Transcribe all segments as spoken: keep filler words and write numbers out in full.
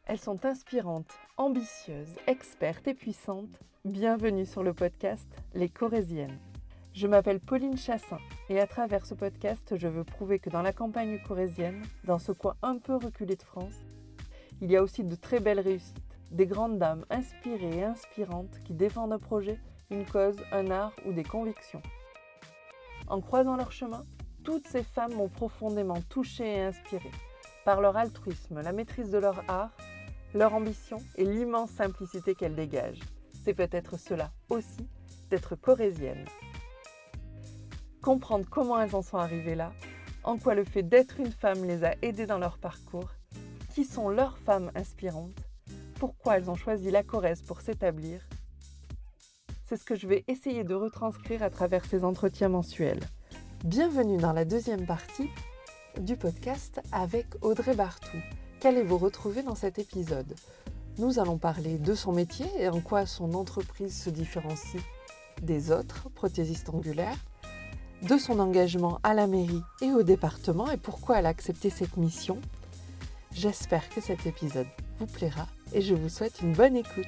Elles sont inspirantes, ambitieuses, expertes et puissantes. Bienvenue sur le podcast Les Corésiennes. Je m'appelle Pauline Chassin et à travers ce podcast, je veux prouver que dans la campagne corésienne, dans ce coin un peu reculé de France, il y a aussi de très belles réussites, des grandes dames inspirées et inspirantes qui défendent un projet, une cause, un art ou des convictions. En croisant leur chemin, toutes ces femmes m'ont profondément touchée et inspirée par leur altruisme, la maîtrise de leur art, leur ambition et l'immense simplicité qu'elles dégagent. C'est peut-être cela aussi d'être corésienne. Comprendre comment elles en sont arrivées là, en quoi le fait d'être une femme les a aidées dans leur parcours, qui sont leurs femmes inspirantes, pourquoi elles ont choisi la Corrèze pour s'établir. C'est ce que je vais essayer de retranscrire à travers ces entretiens mensuels. Bienvenue dans la deuxième partie du podcast avec Audrey Barthou. Qu'allez-vous retrouver dans cet épisode ? Nous allons parler de son métier et en quoi son entreprise se différencie des autres prothésistes angulaires, de son engagement à la mairie et au département et pourquoi elle a accepté cette mission. J'espère que cet épisode vous plaira et je vous souhaite une bonne écoute.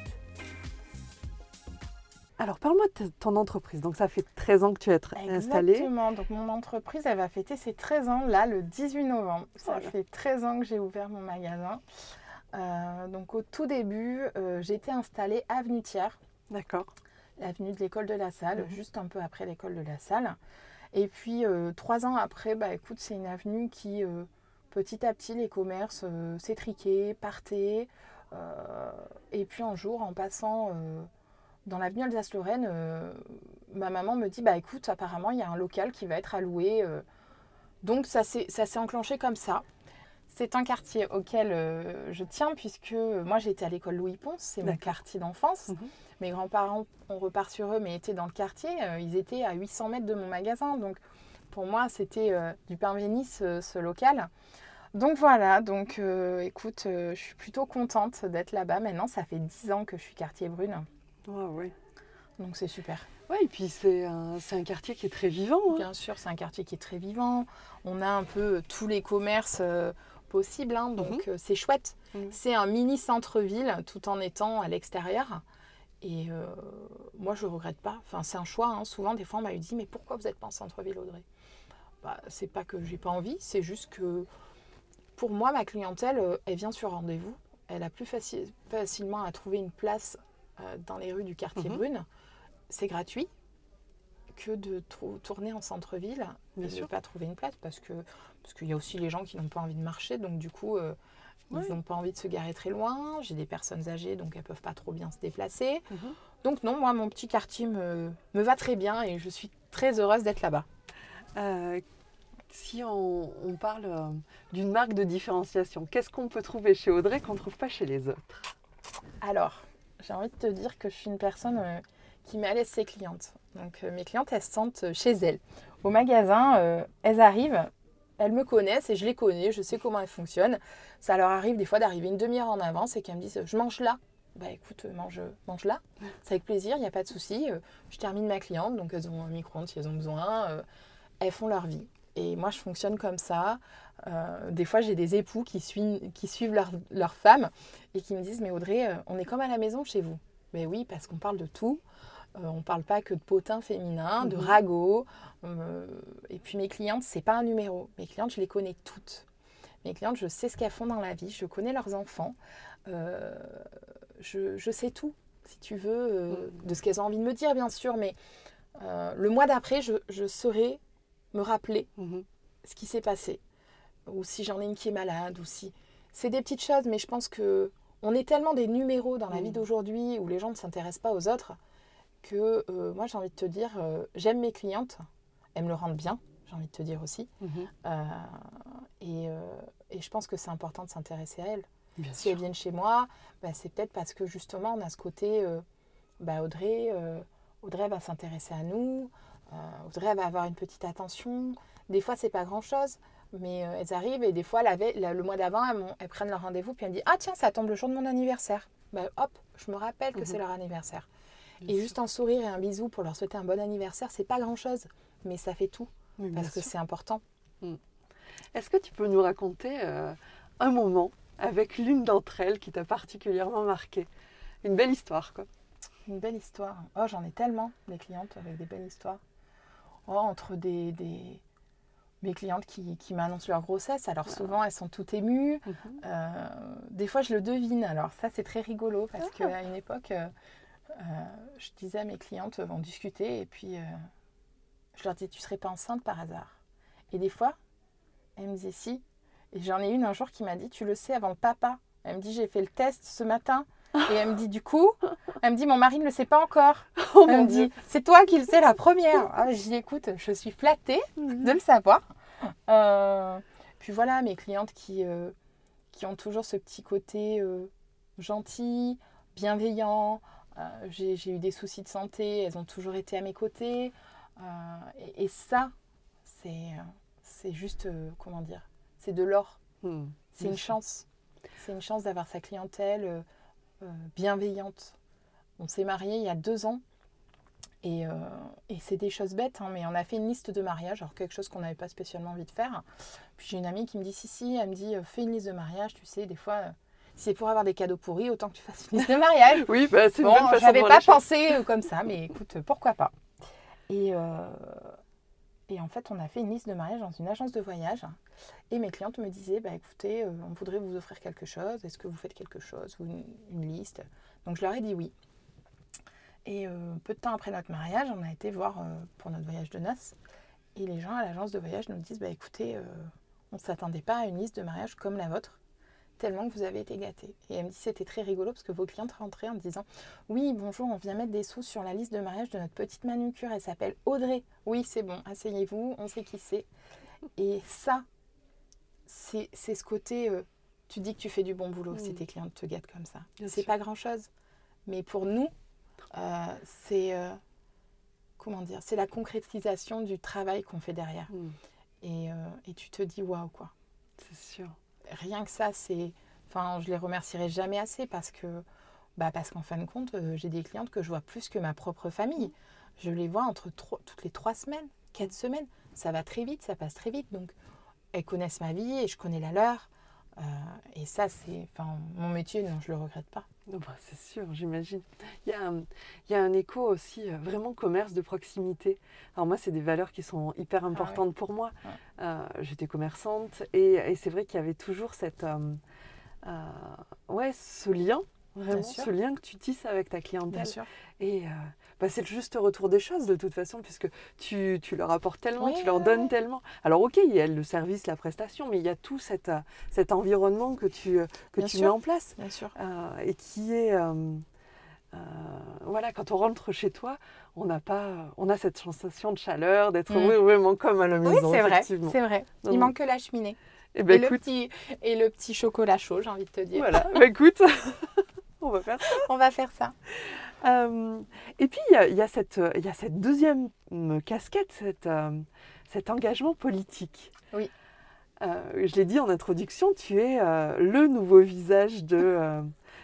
Alors, parle-moi de ton entreprise. Donc, ça fait treize ans que tu es installée. Exactement. Donc, mon entreprise, elle va fêter ses treize ans, là, le dix-huit novembre. Ça voilà. fait treize ans que j'ai ouvert mon magasin. Euh, donc, au tout début, euh, j'ai été installée avenue Thiers. D'accord. L'avenue de l'école de la Salle, mmh. juste un peu après l'école de la Salle. Et puis, euh, trois ans après, bah, écoute, c'est une avenue qui, euh, petit à petit, les commerces euh, s'étriquaient, partaient. Euh, et puis, un jour, en passant... Euh, Dans l'avenue Alsace-Lorraine, euh, ma maman me dit, bah écoute, apparemment, il y a un local qui va être alloué. Euh, donc, ça s'est, ça s'est enclenché comme ça. C'est un quartier auquel euh, je tiens, puisque moi, j'ai été à l'école Louis-Ponce, c'est D'accord. mon quartier d'enfance. Mmh. Mes grands-parents, on repart sur eux, mais étaient dans le quartier. Euh, ils étaient à huit cents mètres de mon magasin. Donc, pour moi, c'était euh, du pain béni, ce, ce local. Donc, voilà. Donc, euh, écoute, euh, je suis plutôt contente d'être là-bas. Maintenant, ça fait dix ans que je suis quartier Brune. Ah oui. Donc c'est super. Oui, et puis c'est un, c'est un quartier qui est très vivant. Hein. Bien sûr, c'est un quartier qui est très vivant. On a un peu tous les commerces euh, possibles, hein, donc mm-hmm. euh, c'est chouette. Mm-hmm. C'est un mini centre-ville tout en étant à l'extérieur. Et euh, moi, je ne regrette pas. Enfin, c'est un choix. Hein. Souvent, des fois, on m'a dit « Mais pourquoi vous n'êtes pas en centre-ville, Audrey ?» Bah, c'est pas que j'ai pas envie, c'est juste que pour moi, ma clientèle, elle vient sur rendez-vous. Elle a plus faci- facilement à trouver une place dans les rues du quartier mmh. Brune, c'est gratuit que de t- tourner en centre-ville Bien et sûr. de ne pas trouver une place parce que parce qu'il y a aussi les gens qui n'ont pas envie de marcher, donc du coup euh, oui. ils n'ont pas envie de se garer très loin. J'ai des personnes âgées, donc elles ne peuvent pas trop bien se déplacer. Mmh. Donc non, moi mon petit quartier me, me va très bien et je suis très heureuse d'être là-bas. Euh, si on, on parle euh, d'une marque de différenciation, qu'est-ce qu'on peut trouver chez Audrey qu'on ne trouve pas chez les autres ? Alors, j'ai envie de te dire que je suis une personne euh, qui met à l'aise ses clientes. Donc, euh, mes clientes, elles se sentent chez elles. Au magasin, euh, elles arrivent, elles me connaissent et je les connais, je sais comment elles fonctionnent. Ça leur arrive des fois d'arriver une demi-heure en avance et qu'elles me disent « je mange là ». Bah écoute, mange, mange là, c'est avec plaisir, il n'y a pas de souci. Euh, je termine ma cliente, donc elles ont un micro-ondes si elles ont besoin. Euh, elles font leur vie. Et moi, je fonctionne comme ça. Euh, des fois, j'ai des époux qui suivent, qui suivent leur, leur femme et qui me disent « Mais Audrey, euh, on est comme à la maison chez vous ». Mais oui, parce qu'on parle de tout. Euh, on ne parle pas que de potins féminins, mmh. de ragots. Euh, et puis, mes clientes, ce n'est pas un numéro. Mes clientes, je les connais toutes. Mes clientes, je sais ce qu'elles font dans la vie. Je connais leurs enfants. Euh, je, je sais tout, si tu veux, euh, mmh. de ce qu'elles ont envie de me dire, bien sûr. Mais euh, le mois d'après, je, je saurai me rappeler mmh. ce qui s'est passé. Ou si j'en ai une qui est malade, ou si... C'est des petites choses, mais je pense qu'on est tellement des numéros dans la mmh. vie d'aujourd'hui où les gens ne s'intéressent pas aux autres que euh, moi, j'ai envie de te dire, euh, j'aime mes clientes, elles me le rendent bien, j'ai envie de te dire aussi. Mmh. Euh, et, euh, et je pense que c'est important de s'intéresser à elles. Bien si sûr. Elles viennent chez moi, bah, c'est peut-être parce que justement, on a ce côté, euh, bah, Audrey, euh, Audrey va s'intéresser à nous, euh, Audrey va avoir une petite attention. Des fois, c'est pas grand-chose. Mais euh, elles arrivent et des fois, la veille, la, le mois d'avant, elles, elles prennent leur rendez-vous puis elles me disent « Ah tiens, ça tombe le jour de mon anniversaire. » Bah hop, je me rappelle que mmh. c'est leur anniversaire. Bien et sûr. Juste un sourire et un bisou pour leur souhaiter un bon anniversaire, c'est pas grand-chose. Mais ça fait tout, oui, parce que sûr. C'est important. Mmh. Est-ce que tu peux nous raconter euh, un moment avec l'une d'entre elles qui t'a particulièrement marqué. Une belle histoire, quoi. Une belle histoire. Oh, j'en ai tellement, des clientes avec des belles histoires. Oh, entre des, des... mes clientes qui, qui m'annoncent leur grossesse. Alors souvent, elles sont toutes émues. Mhm. Euh, des fois, je le devine. Alors ça, c'est très rigolo parce Ah. qu'à une époque, euh, euh, je disais à mes clientes, on discutait et puis euh, je leur disais, tu serais pas enceinte par hasard? Et des fois, elles me disaient si. Et j'en ai une un jour qui m'a dit, tu le sais avant le papa. Elle me dit, j'ai fait le test ce matin. Et elle me dit, du coup, elle me dit, mon mari ne le sait pas encore. Oh Elle mon me Dieu. dit, c'est toi qui le sais la première. Ah, je dis, écoute, je suis flattée de le savoir. Euh, puis voilà, mes clientes qui, euh, qui ont toujours ce petit côté euh, gentil, bienveillant. Euh, j'ai, j'ai eu des soucis de santé, elles ont toujours été à mes côtés. Euh, et, et ça, c'est, euh, c'est juste, euh, comment dire, c'est de l'or. Hmm. C'est une chance. C'est une chance d'avoir sa clientèle euh, euh, bienveillante. On s'est mariés il y a deux ans. Et, euh, et c'est des choses bêtes, hein, mais on a fait une liste de mariage, alors quelque chose qu'on n'avait pas spécialement envie de faire. Puis j'ai une amie qui me dit, si, si, elle me dit, euh, fais une liste de mariage, tu sais, des fois, euh, si c'est pour avoir des cadeaux pourris, autant que tu fasses une liste de mariage. Oui, bah, c'est bon, une bonne façon j'avais de voir pas les choses. pensé euh, comme ça, mais écoute, euh, pourquoi pas. Et, euh, et en fait, on a fait une liste de mariage dans une agence de voyage. Et mes clientes me disaient, bah, écoutez, euh, on voudrait vous offrir quelque chose, est-ce que vous faites quelque chose, ou une, une liste? Donc je leur ai dit oui. Et euh, peu de temps après notre mariage, on a été voir euh, pour notre voyage de noces. Et les gens à l'agence de voyage nous disent, bah, écoutez, euh, on ne s'attendait pas à une liste de mariage comme la vôtre, tellement que vous avez été gâtés. Et elle me dit, c'était très rigolo parce que vos clientes rentraient en disant, oui, bonjour, on vient mettre des sous sur la liste de mariage de notre petite manucure, elle s'appelle Audrey. Oui, c'est bon, asseyez-vous, on sait qui c'est. Et ça, c'est, c'est ce côté, euh, tu dis que tu fais du bon boulot mmh. si tes clientes te gâtent comme ça. Bien c'est sûr. Pas grand-chose. Mais pour nous, Euh, c'est euh, comment dire, c'est la concrétisation du travail qu'on fait derrière. Mm. Et, euh, et tu te dis waouh quoi. C'est sûr. Rien que ça, c'est, enfin, je les remercierai jamais assez parce que, bah, parce qu'en fin de compte, euh, j'ai des clientes que je vois plus que ma propre famille. Je les vois entre trois, toutes les trois semaines, quatre semaines. Ça va très vite, ça passe très vite. Donc, elles connaissent ma vie et je connais la leur. Euh, et ça, c'est, enfin, mon métier, non, je le regrette pas. Non, bah, c'est sûr, j'imagine. Il y a, un, il y a un écho aussi, euh, vraiment commerce de proximité. Alors moi, c'est des valeurs qui sont hyper importantes ah, oui. pour moi. Ouais. Euh, j'étais commerçante et, et c'est vrai qu'il y avait toujours cette, euh, euh, ouais, ce lien, vraiment, ce lien que tu tisses avec ta clientèle. Bien sûr. Et euh, bah, c'est le juste retour des choses de toute façon, puisque tu, tu leur apportes tellement, oui, tu leur donnes oui. tellement. Alors ok, il y a le service, la prestation, mais il y a tout cette, cet environnement que tu, que tu mets en place. Bien sûr. Euh, et qui est... Euh, euh, voilà, quand on rentre chez toi, on n'a pas, on a cette sensation de chaleur, d'être mmh. vraiment comme à la maison. Oui, c'est vrai, effectivement. c'est vrai. Il mmh. manque que la cheminée. Et, ben, et, écoute... le petit, et le petit chocolat chaud, j'ai envie de te dire. Voilà, bah, écoute, on va faire ça. On va faire ça. Euh, et puis, il y a, y a cette, y a cette deuxième casquette, cette, euh, cet engagement politique. Oui. Euh, je l'ai dit en introduction, tu es euh, le nouveau visage de, euh,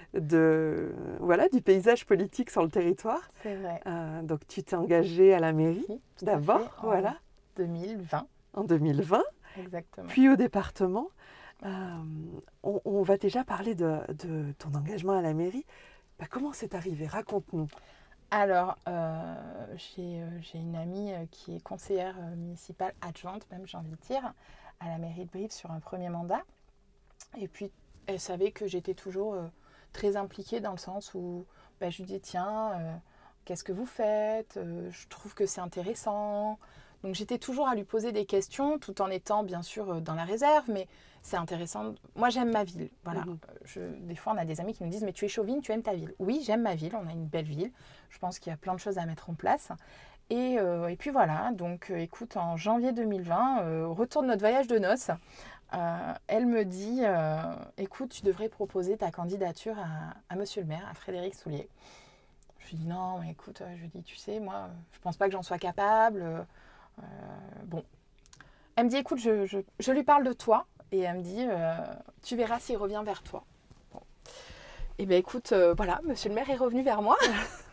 de, voilà, du paysage politique sur le territoire. C'est vrai. Euh, donc, tu t'es engagée à la mairie, oui, d'abord, en voilà. deux mille vingt. En deux mille vingt. Exactement. Puis au département. Euh, on, on va déjà parler de, de ton engagement à la mairie. Bah, comment c'est arrivé? Raconte-nous. Alors, euh, j'ai, euh, j'ai une amie euh, qui est conseillère euh, municipale adjointe, même j'ai envie de dire, à la mairie de Brive sur un premier mandat. Et puis, elle savait que j'étais toujours euh, très impliquée dans le sens où bah, je lui dis, tiens, euh, qu'est-ce que vous faites? euh, Je trouve que c'est intéressant. Donc, j'étais toujours à lui poser des questions, tout en étant, bien sûr, dans la réserve, mais c'est intéressant. Moi, j'aime ma ville. Voilà. Mmh. Je, des fois, on a des amis qui nous disent, mais tu es chauvine, tu aimes ta ville. Oui, j'aime ma ville, on a une belle ville. Je pense qu'il y a plein de choses à mettre en place. Et, euh, et puis voilà, donc euh, écoute, en janvier deux mille vingt, euh, au retour de notre voyage de noces, euh, elle me dit, euh, écoute, tu devrais proposer ta candidature à, à monsieur le maire, à Frédéric Soulier. Je lui dis, non, mais écoute, je lui dis, tu sais, moi, je pense pas que j'en sois capable. Euh, bon. Elle me dit, écoute, je, je, je lui parle de toi. Et elle me dit, euh, tu verras s'il revient vers toi. Bon. Et bien écoute, euh, voilà, monsieur le maire est revenu vers moi.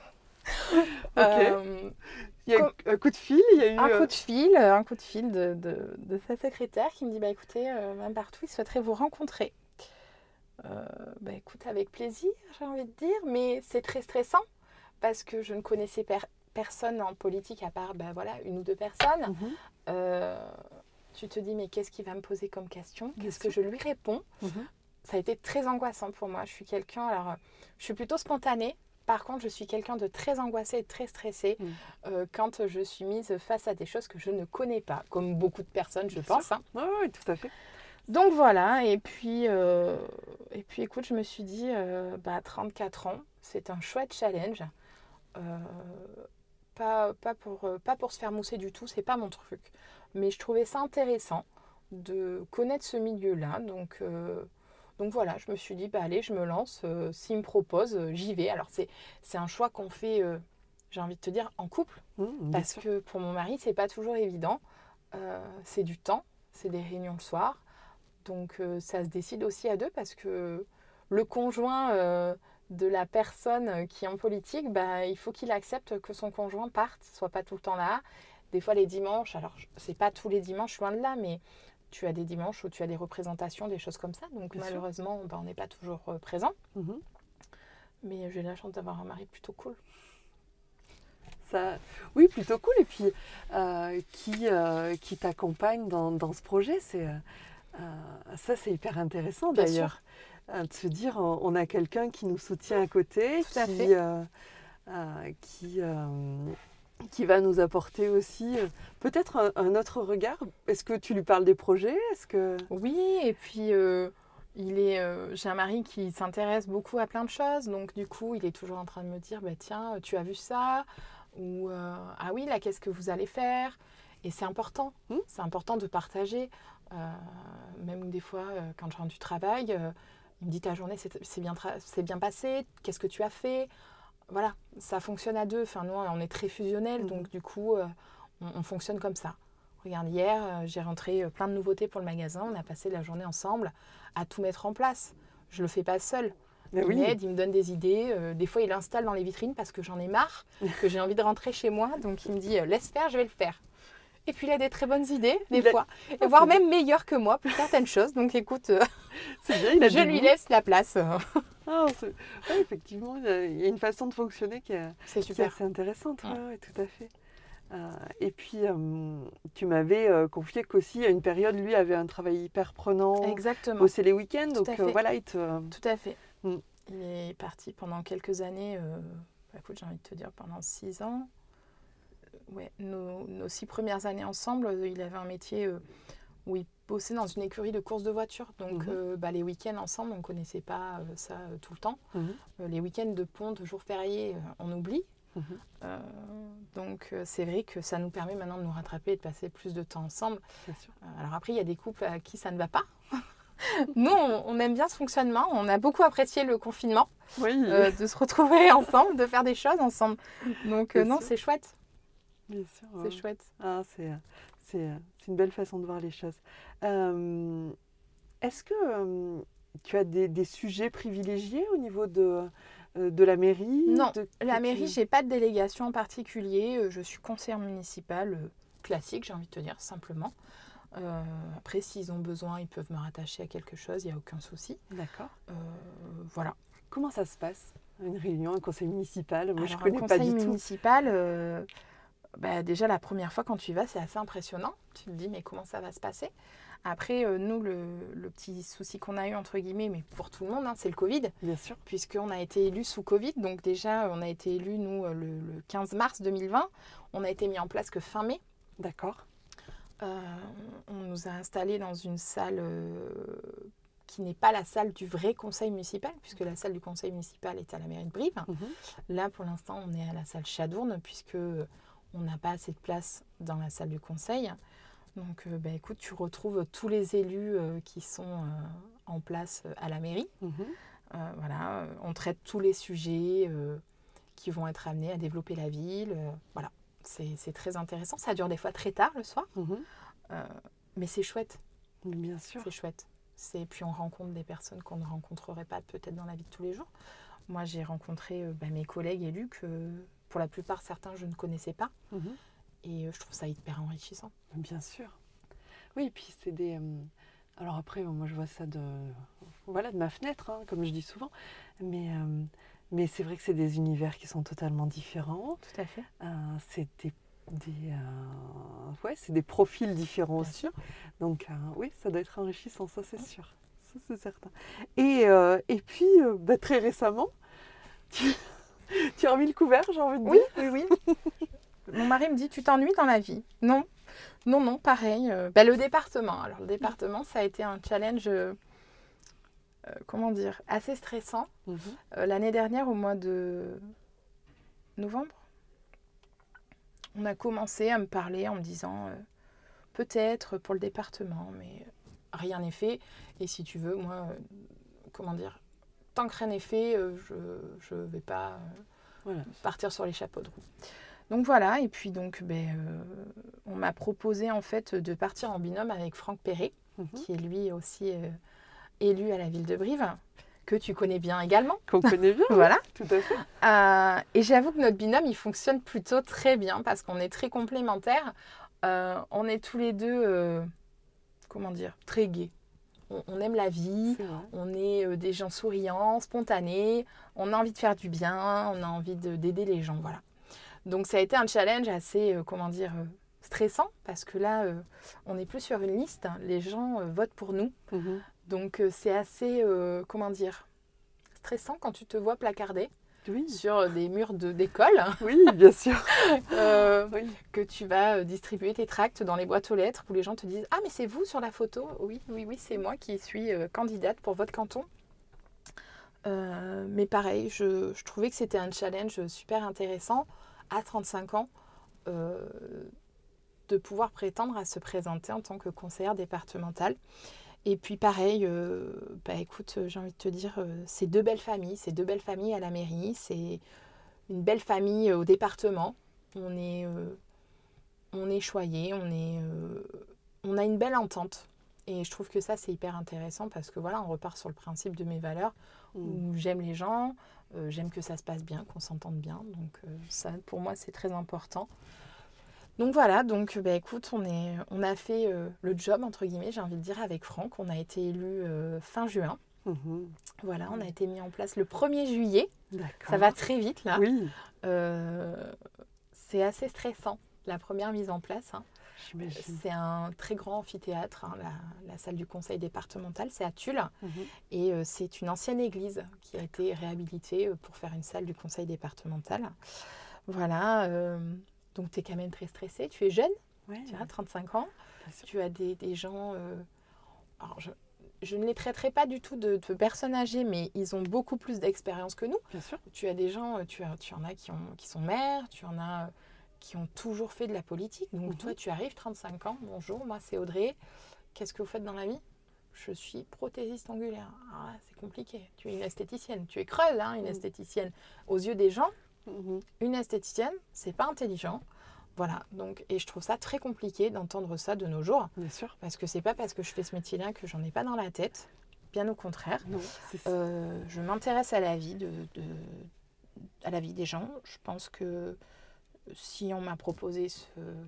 Ok. Euh, il y a comme, un coup de fil, il y a eu... Un coup de fil, un coup de fil de, de, de sa secrétaire qui me dit, bah écoutez, euh, Mme Bartou, il souhaiterait vous rencontrer. Euh, bah, écoute, avec plaisir, j'ai envie de dire, mais c'est très stressant parce que je ne connaissais per- personne en politique à part bah, voilà, une ou deux personnes. Mhm. Euh, tu te dis, mais qu'est-ce qu'il va me poser comme question? Bien Qu'est-ce que sûr. je lui réponds? Mhm. Ça a été très angoissant pour moi. Je suis quelqu'un, alors, je suis plutôt spontanée. Par contre, je suis quelqu'un de très angoissé et très stressé Mhm. euh, quand je suis mise face à des choses que je ne connais pas, comme beaucoup de personnes, je Bien pense. sûr. Hein. Oui, oui, tout à fait. Donc voilà, et puis, euh, et puis écoute, je me suis dit, euh, bah, trente-quatre ans, c'est un chouette challenge. Euh, pas, pas, pour, euh, pas pour se faire mousser du tout, c'est pas mon truc. Mais je trouvais ça intéressant de connaître ce milieu-là. Donc, euh, donc voilà, je me suis dit, bah allez, je me lance. Euh, S'il me propose, euh, j'y vais. Alors c'est, c'est un choix qu'on fait, euh, j'ai envie de te dire, en couple. Mhm, bien Parce sûr. que pour mon mari, c'est pas toujours évident. Euh, c'est du temps, c'est des réunions le soir. Donc euh, ça se décide aussi à deux parce que le conjoint euh, de la personne qui est en politique, bah, il faut qu'il accepte que son conjoint parte, soit pas tout le temps là. Des fois les dimanches, alors c'est pas tous les dimanches loin de là, mais tu as des dimanches où tu as des représentations, des choses comme ça. Donc Bien sûr. malheureusement, bah, on n'est pas toujours euh, présent. Mhm. Mais j'ai la chance d'avoir un mari plutôt cool. Ça, oui, plutôt cool. Et puis, euh, qui, euh, qui t'accompagne dans, dans ce projet, c'est, euh, euh, ça, c'est hyper intéressant Bien d'ailleurs. Euh, de se dire, on, on a quelqu'un qui nous soutient à côté, Tout à qui, fait. euh, euh, qui, euh, qui va nous apporter aussi euh, peut-être un, un autre regard. Est-ce que tu lui parles des projets? Est-ce que... Oui, et puis euh, il est, euh, j'ai un mari qui s'intéresse beaucoup à plein de choses, donc du coup, il est toujours en train de me dire, bah, tiens, tu as vu ça? Ou euh, ah oui, là, qu'est-ce que vous allez faire? Et c'est important, Hmm. c'est important de partager. Euh, même des fois, euh, quand je rentre du travail, euh, il me dit ta journée c'est c'est bien, tra- c'est bien passé, qu'est-ce que tu as fait? Voilà, ça fonctionne à deux. Enfin, nous, on est très fusionnels, Mhm. donc du coup, euh, on, on fonctionne comme ça. Regarde, hier, euh, j'ai rentré euh, plein de nouveautés pour le magasin. On a passé la journée ensemble à tout mettre en place. Je le fais pas seul. Ben Il oui, m'aide, il me donne des idées. Euh, des fois, il installe dans les vitrines parce que j'en ai marre, que j'ai envie de rentrer chez moi. Donc, il me dit euh, laisse faire, je vais le faire. Et puis, il a des très bonnes idées, des Il a- fois, Ah, et voire c'est bien. même meilleures que moi pour certaines choses. Donc, écoute, euh, C'est bien, il a je du lui goût. laisse la place. Ah, c'est- ouais, effectivement, il y, a, il y a une façon de fonctionner qui est, C'est qui est super. assez intéressante. Ouais. Ouais, ouais, tout à fait. Euh, et puis, euh, tu m'avais euh, confié qu'aussi, à une période, lui avait un travail hyper prenant, Exactement. bossait les week-ends. Tout Donc à euh, fait. voilà, il te. Tout à fait. Mm. Il est parti pendant quelques années, euh, bah, écoute, j'ai envie de te dire pendant six ans. Ouais, nos, nos six premières années ensemble, euh, il avait un métier euh, où il bossait dans une écurie de course de voitures. Donc Mhm. euh, bah, les week-ends ensemble, on ne connaissait pas euh, ça euh, tout le temps. Mhm. Euh, les week-ends de pont, de jours fériés, euh, on oublie. Mhm. Euh, donc euh, c'est vrai que ça nous permet maintenant de nous rattraper et de passer plus de temps ensemble. Bien sûr. Euh, alors après, il y a des couples à qui ça ne va pas. Nous, on, on aime bien ce fonctionnement. On a beaucoup apprécié le confinement, Oui, euh, de se retrouver ensemble, de faire des choses ensemble. Donc euh, bien non, sûr. c'est chouette. Bien sûr. C'est Ouais. chouette. Ah, c'est, c'est, c'est une belle façon de voir les choses. Euh, est-ce que euh, tu as des, des sujets privilégiés au niveau de, euh, de la mairie Non, de, la que mairie, tu- j'ai pas de délégation en particulier. Euh, Je suis conseillère municipale euh, classique, j'ai envie de te dire, simplement. Euh, après, s'ils ont besoin, ils peuvent me rattacher à quelque chose, il n'y a aucun souci. D'accord. Euh, voilà. Comment ça se passe, une réunion, un conseil municipal? Moi, je Alors, ne un connais pas conseil du tout. municipal, euh, bah, déjà, la première fois quand tu y vas, c'est assez impressionnant. Tu te dis, mais comment ça va se passer? Après, euh, nous, le, le petit souci qu'on a eu, entre guillemets, mais pour tout le monde, hein, c'est le Covid, Bien sûr. puisqu'on a été élus sous Covid. Donc déjà, on a été élus, nous, le, le quinze mars deux mille vingt. On a été mis en place que fin mai. D'accord. Euh, on nous a installés dans une salle euh, qui n'est pas la salle du vrai conseil municipal, puisque la salle du conseil municipal est à la mairie de Brive. Mhm. Là, pour l'instant, on est à la salle Chadourne, puisque on n'a pas assez de place dans la salle du conseil. Donc, euh, bah, écoute, tu retrouves tous les élus euh, qui sont euh, en place euh, à la mairie. Mhm. Euh, voilà, euh, on traite tous les sujets euh, qui vont être amenés à développer la ville. euh, voilà, c'est c'est très intéressant. Ça dure des fois très tard le soir, Mhm. euh, mais c'est chouette. Bien sûr. C'est chouette. C'est puis on rencontre des personnes qu'on ne rencontrerait pas peut-être dans la vie de tous les jours. Moi, j'ai rencontré euh, bah, mes collègues élus que, pour la plupart, certains je ne connaissais pas, Mhm. et euh, je trouve ça hyper enrichissant. Bien sûr. Oui, et puis c'est des, euh, Alors après, moi je vois ça de, voilà, de ma fenêtre, hein, comme je dis souvent. Mais, euh, mais c'est vrai que c'est des univers qui sont totalement différents. Tout à fait. Euh, c'est des, des, euh, ouais, c'est des profils différents Bien aussi. sûr. Donc euh, oui, ça doit être enrichissant, ça c'est sûr. Ça c'est certain. Et, euh, et puis, euh, bah, très récemment, tu, tu as remis le couvert, j'ai envie de Oui, dire. oui, oui. Mon mari me dit, tu t'ennuies dans la vie? Non, non, non, pareil. Euh, bah, le département. Alors, le département, ça a été un challenge, euh, euh, comment dire, assez stressant. Mhm. Euh, l'année dernière, au mois de novembre, on a commencé à me parler en me disant, euh, peut-être pour le département, mais rien n'est fait. Et si tu veux, moi, euh, comment dire, tant que rien n'est fait, euh, je ne vais pas euh, Voilà. partir sur les chapeaux de roue. Donc voilà, et puis donc ben, euh, on m'a proposé en fait de partir en binôme avec Franck Perret, Mhm. qui est lui aussi euh, élu à la ville de Brive, que tu connais bien également. Qu'on connaît bien, Voilà. oui, tout à fait. Euh, et j'avoue que notre binôme, il fonctionne plutôt très bien parce qu'on est très complémentaires. Euh, on est tous les deux, euh, comment dire, très gais. On, on aime la vie, C'est vrai. on est euh, des gens souriants, spontanés, on a envie de faire du bien, on a envie de, d'aider les gens, voilà. Donc ça a été un challenge assez, euh, comment dire, euh, stressant parce que là, euh, on n'est plus sur une liste, les gens euh, votent pour nous. Mhm. Donc euh, c'est assez, euh, comment dire, stressant quand tu te vois placardé Oui. sur des murs de, d'école, Oui, bien sûr. euh, Oui. que tu vas euh, distribuer tes tracts dans les boîtes aux lettres où les gens te disent « Ah mais c'est vous sur la photo ?» Oui, oui, oui, c'est moi qui suis euh, candidate pour votre canton. Euh, mais pareil, je, je trouvais que c'était un challenge super intéressant à trente-cinq ans. Euh, de pouvoir prétendre à se présenter en tant que conseillère départementale. Et puis pareil, euh, bah écoute, j'ai envie de te dire, euh, c'est deux belles familles, c'est deux belles familles à la mairie, c'est une belle famille au département. On est, euh, on est choyés, on, est, euh, on a une belle entente. Et je trouve que ça, c'est hyper intéressant parce que voilà, on repart sur le principe de mes valeurs, Mm. où j'aime les gens, euh, j'aime que ça se passe bien, qu'on s'entende bien. Donc euh, ça, pour moi, c'est très important. Donc voilà, donc bah, écoute, on, est, on a fait euh, le job, entre guillemets, j'ai envie de dire, avec Franck. On a été élus euh, fin juin. Mhm. Voilà, on a été mis en place le premier juillet. D'accord. Ça va très vite, là. Oui, Euh, c'est assez stressant, la première mise en place. Hein. j'imagine. C'est un très grand amphithéâtre, hein, la, la salle du conseil départemental, c'est à Tulle. Mhm. Et euh, c'est une ancienne église qui a été réhabilitée euh, pour faire une salle du conseil départemental. Voilà, euh, donc tu es quand même très stressée. Tu es jeune, Ouais, tu as trente-cinq ans. bien sûr. Tu as des, des gens... euh, alors je, je ne les traiterai pas du tout de, de personnes âgées, mais ils ont beaucoup plus d'expérience que nous. Bien sûr. Tu as des gens, tu, as, tu en as qui, ont, qui sont maires, tu en as qui ont toujours fait de la politique. Donc Mhm. toi, tu arrives, trente-cinq ans, bonjour, moi c'est Audrey. Qu'est-ce que vous faites dans la vie? Je suis prothésiste angulaire. Ah, c'est compliqué. Tu es une esthéticienne. Tu es creuse, hein, une Mhm. esthéticienne. Aux yeux des gens, Mhm. une esthéticienne, c'est pas intelligent. Voilà, donc, et je trouve ça très compliqué d'entendre ça de nos jours, Bien sûr. parce que c'est pas parce que je fais ce métier-là que j'en ai pas dans la tête, bien au contraire. Non, c'est ça. Euh, je m'intéresse à la vie de, de, à la vie des gens. Je pense que si on m'a proposé ce,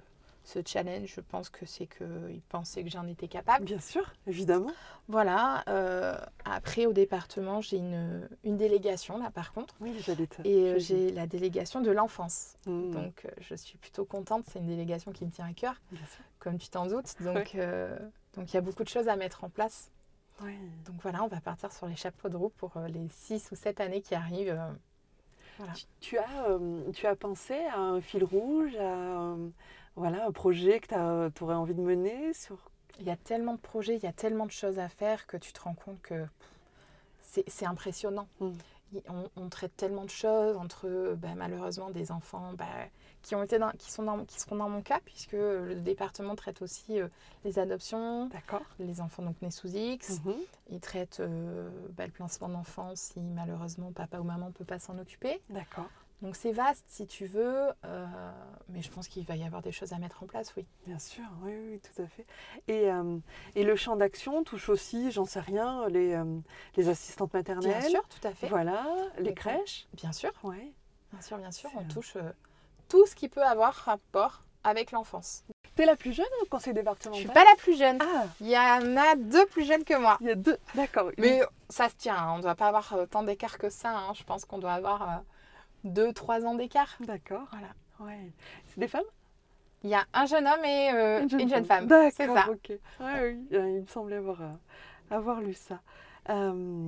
ce challenge, je pense que c'est qu'ils pensaient que j'en étais capable. Bien sûr, évidemment. Voilà. Euh, après, au département, j'ai une, une délégation, là, par contre. Oui, j'allais te... Et euh, j'allais- j'ai la délégation de l'enfance. Mhm. Donc, euh, je suis plutôt contente. C'est une délégation qui me tient à cœur, Bien sûr. comme tu t'en doutes. Donc, Ouais. euh, donc, il y a beaucoup de choses à mettre en place. Oui. Donc, voilà, on va partir sur les chapeaux de roue pour euh, les six ou sept années qui arrivent. Euh, voilà. Tu, tu as, euh, tu as pensé à un fil rouge, à euh, voilà, un projet que tu aurais envie de mener sur... Il y a tellement de projets, il y a tellement de choses à faire que tu te rends compte que c'est, c'est impressionnant. Mm. On, on traite tellement de choses entre bah, malheureusement des enfants bah, qui, ont été dans, qui, sont dans, qui seront dans mon cas, puisque le département traite aussi euh, les adoptions, D'accord. les enfants donc nés sous X. Mhm. Il traite euh, bah, le placement d'enfants si malheureusement papa ou maman ne peut pas s'en occuper. D'accord. Donc c'est vaste si tu veux, euh, mais je pense qu'il va y avoir des choses à mettre en place, oui. Bien sûr, oui, oui, tout à fait. Et, euh, et le champ d'action touche aussi, j'en sais rien, les, euh, les assistantes maternelles. Bien sûr, tout à fait. Voilà, les Les crèches. Bien sûr, Ouais. bien sûr, bien sûr. C'est On un- touche euh, tout ce qui peut avoir rapport avec l'enfance. T'es la plus jeune au conseil Je départemental? suis pas la plus jeune. Ah, Il y en a deux plus jeunes que moi. il y a deux. D'accord. Mais ça se tient, hein. On ne doit pas avoir euh, tant d'écart que ça, hein. Je pense qu'on doit avoir euh, deux trois ans d'écart. D'accord. Voilà. Ouais. C'est des femmes? Il y a un jeune homme et euh, une, jeune, jeune femme. D'accord, C'est ça. ok. Ouais, oui, euh, il me semblait avoir, euh, avoir lu ça. Euh,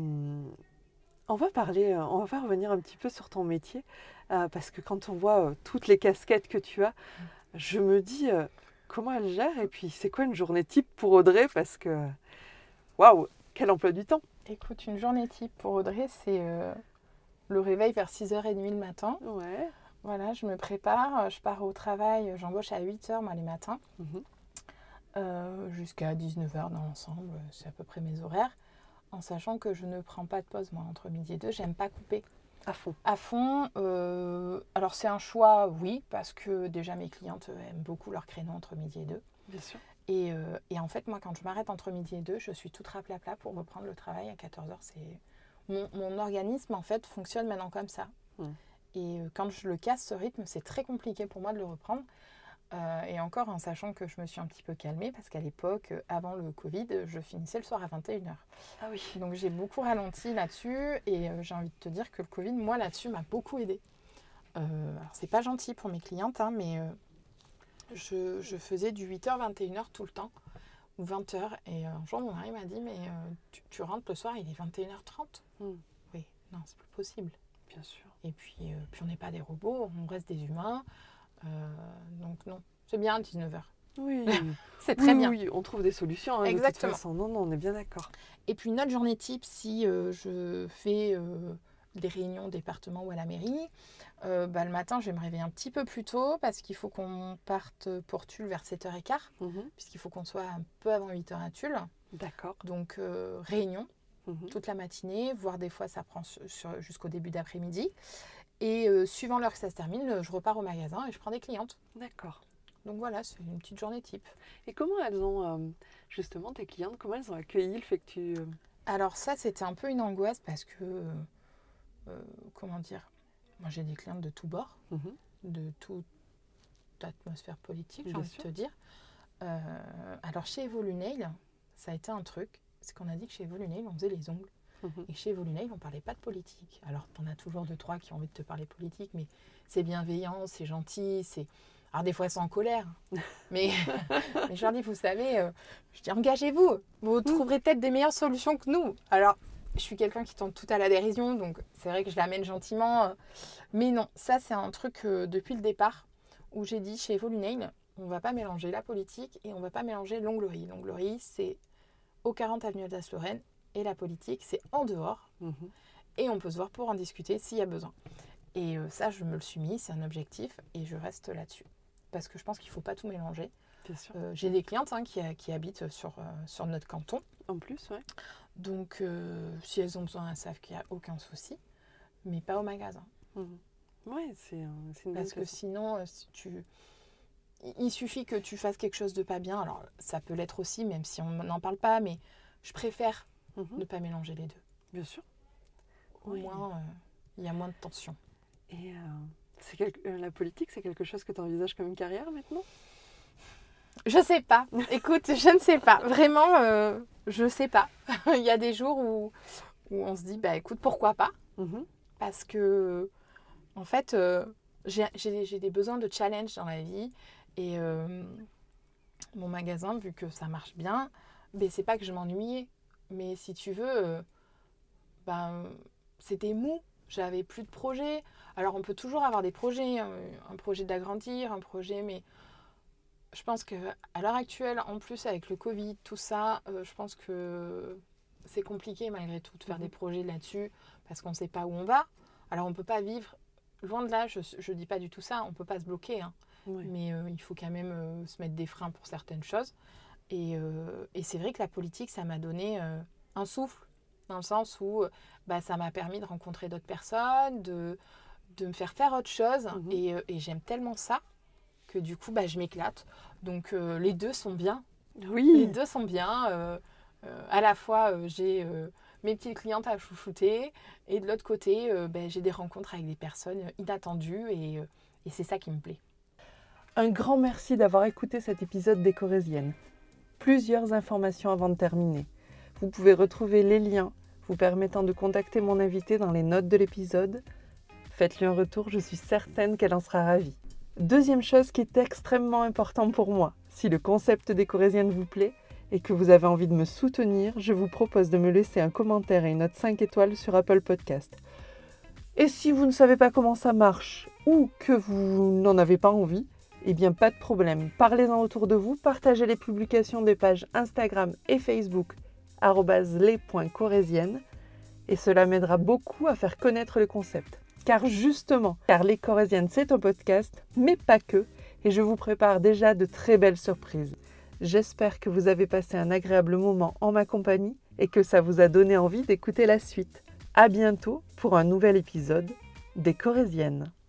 on va parler, euh, on va revenir un petit peu sur ton métier, euh, parce que quand on voit euh, toutes les casquettes que tu as, je me dis euh, comment elle gère et puis c'est quoi une journée type pour Audrey, parce que waouh, quel emploi du temps. Écoute, une journée type pour Audrey, c'est euh, le réveil vers six heures trente le matin. Ouais. Voilà, je me prépare, je pars au travail, j'embauche à huit heures moi les matins, Mhm. euh, jusqu'à dix-neuf heures dans l'ensemble, c'est à peu près mes horaires, en sachant que je ne prends pas de pause moi entre midi et deux, j'aime pas couper. À fond. À fond, euh, alors c'est un choix, oui, parce que déjà mes clientes aiment beaucoup leur créneau entre midi et deux. Bien sûr. Et, euh, et en fait, moi, quand je m'arrête entre midi et deux, je suis toute raplapla pour reprendre le travail à quatorze heures. C'est... Mon, mon organisme, en fait, fonctionne maintenant comme ça. Mm. Et euh, quand je le casse, ce rythme, c'est très compliqué pour moi de le reprendre. Euh, et encore en sachant que je me suis un petit peu calmée, parce qu'à l'époque, avant le Covid, je finissais le soir à vingt et une heures. Ah oui. Donc j'ai beaucoup ralenti là-dessus. Et euh, j'ai envie de te dire que le Covid, moi, là-dessus, m'a beaucoup aidée. Euh, alors, c'est pas gentil pour mes clientes, hein, mais... Euh, Je, je faisais du huit heures vingt et une heures tout le temps, ou vingt heures. Et un jour, mon mari m'a dit, mais euh, tu, tu rentres le soir, il est vingt et une heures trente. Mm. Oui, non, c'est plus possible. Bien sûr. Et puis, euh, puis on n'est pas des robots, on reste des humains. Euh, donc non, c'est bien dix-neuf heures. Oui. C'est très oui, bien. Oui, on trouve des solutions. Hein, Exactement. De toute façon. Non, non, on est bien d'accord. Et puis une autre journée type, si euh, je fais euh, des réunions au département ou à la mairie, euh, bah, le matin, je vais me réveiller un petit peu plus tôt parce qu'il faut qu'on parte pour Tulle vers sept heures quinze, Mm-hmm. puisqu'il faut qu'on soit un peu avant huit heures à Tulle. D'accord. Donc euh, réunion Mm-hmm. toute la matinée, voire des fois ça prend sur, sur, jusqu'au début d'après-midi. Et euh, suivant l'heure que ça se termine, je repars au magasin et je prends des clientes. D'accord. Donc voilà, c'est une petite journée type. Et comment elles ont, euh, justement, tes clientes, comment elles ont accueilli le fait que tu... euh, Alors ça, c'était un peu une angoisse parce que, euh, euh, comment dire, moi j'ai des clientes de tous bords, mm-hmm. de toute atmosphère politique, j'ai Bien envie sûr. de te dire. Euh, alors chez Evolunail, ça a été un truc, c'est qu'on a dit que chez Evolunail, on faisait les ongles. Mm-hmm. Et chez Evolunail, on ne parlait pas de politique. Alors, tu en as toujours deux, trois qui ont envie de te parler politique, mais c'est bienveillant, c'est gentil, c'est... Alors, des fois, c'est en colère. Mais, mais je leur dis, vous savez, euh, je dis, engagez-vous. Vous trouverez peut-être des meilleures solutions que nous. Alors, je suis quelqu'un qui tente tout à la dérision, donc c'est vrai que je l'amène gentiment. Mais non, ça, c'est un truc euh, depuis le départ où j'ai dit, chez Evolunail, on ne va pas mélanger la politique et on ne va pas mélanger l'onglerie. L'onglerie, c'est au quarante avenue Alsace-Lorraine. Et la politique, c'est en dehors. Mm-hmm. Et on peut se voir pour en discuter s'il y a besoin. Et euh, ça, je me le suis mis, c'est un objectif. Et je reste là-dessus. Parce que je pense qu'il ne faut pas tout mélanger. Bien sûr. Euh, j'ai des clientes hein, qui, qui habitent sur, euh, sur notre canton. En plus, ouais. Donc, euh, si elles ont besoin, elles savent qu'il n'y a aucun souci. Mais pas au magasin. Mm-hmm. Ouais, c'est, un, c'est une Parce bonne que façon. sinon, euh, si tu... il suffit que tu fasses quelque chose de pas bien. Alors, ça peut l'être aussi, même si on n'en parle pas. Mais je préfère Mm-hmm. ne pas mélanger les deux. Bien sûr. Au Oui. moins, il euh, y a moins de tension. Et euh, c'est quel... euh, la politique, c'est quelque chose que tu envisages comme une carrière maintenant? Je sais pas. Écoute, je ne sais pas. Vraiment, euh, je sais pas. Il y a des jours où, où on se dit, bah écoute, pourquoi pas? Mm-hmm. Parce que, en fait, euh, j'ai, j'ai, j'ai des besoins de challenge dans la vie. Et euh, mon magasin, vu que ça marche bien, ben, c'est pas que je m'ennuyais. Mais si tu veux, euh, ben, c'était mou. J'avais plus de projets. Alors, on peut toujours avoir des projets. Un, un projet d'agrandir, un projet, mais... Je pense qu'à l'heure actuelle, en plus avec le Covid, tout ça, euh, je pense que c'est compliqué malgré tout de faire mmh. des projets là-dessus parce qu'on ne sait pas où on va. Alors on ne peut pas vivre, loin de là, je ne dis pas du tout ça, on ne peut pas se bloquer. Hein. Oui. Mais euh, il faut quand même euh, se mettre des freins pour certaines choses. Et, euh, et c'est vrai que la politique, ça m'a donné euh, un souffle, dans le sens où bah, ça m'a permis de rencontrer d'autres personnes, de, de me faire faire autre chose. Mmh. Et, euh, et j'aime tellement ça. Que du coup, bah, je m'éclate. Donc, euh, les deux sont bien. Oui. Les deux sont bien. Euh, euh, à la fois, euh, j'ai euh, mes petites clientes à chouchouter. Et de l'autre côté, euh, bah, j'ai des rencontres avec des personnes inattendues. Et, euh, et c'est ça qui me plaît. Un grand merci d'avoir écouté cet épisode des Corésiennes. Plusieurs informations avant de terminer. Vous pouvez retrouver les liens vous permettant de contacter mon invité dans les notes de l'épisode. Faites-lui un retour, je suis certaine qu'elle en sera ravie. Deuxième chose qui est extrêmement important pour moi, si le concept des Corésiennes vous plaît et que vous avez envie de me soutenir, je vous propose de me laisser un commentaire et une note cinq étoiles sur Apple Podcast. Et si vous ne savez pas comment ça marche ou que vous n'en avez pas envie, eh bien pas de problème, parlez-en autour de vous, partagez les publications des pages Instagram et Facebook arobase les point corésiennes et cela m'aidera beaucoup à faire connaître le concept. Car justement, car Les Corésiennes c'est un podcast, mais pas que, et je vous prépare déjà de très belles surprises. J'espère que vous avez passé un agréable moment en ma compagnie et que ça vous a donné envie d'écouter la suite. À bientôt pour un nouvel épisode des Corésiennes.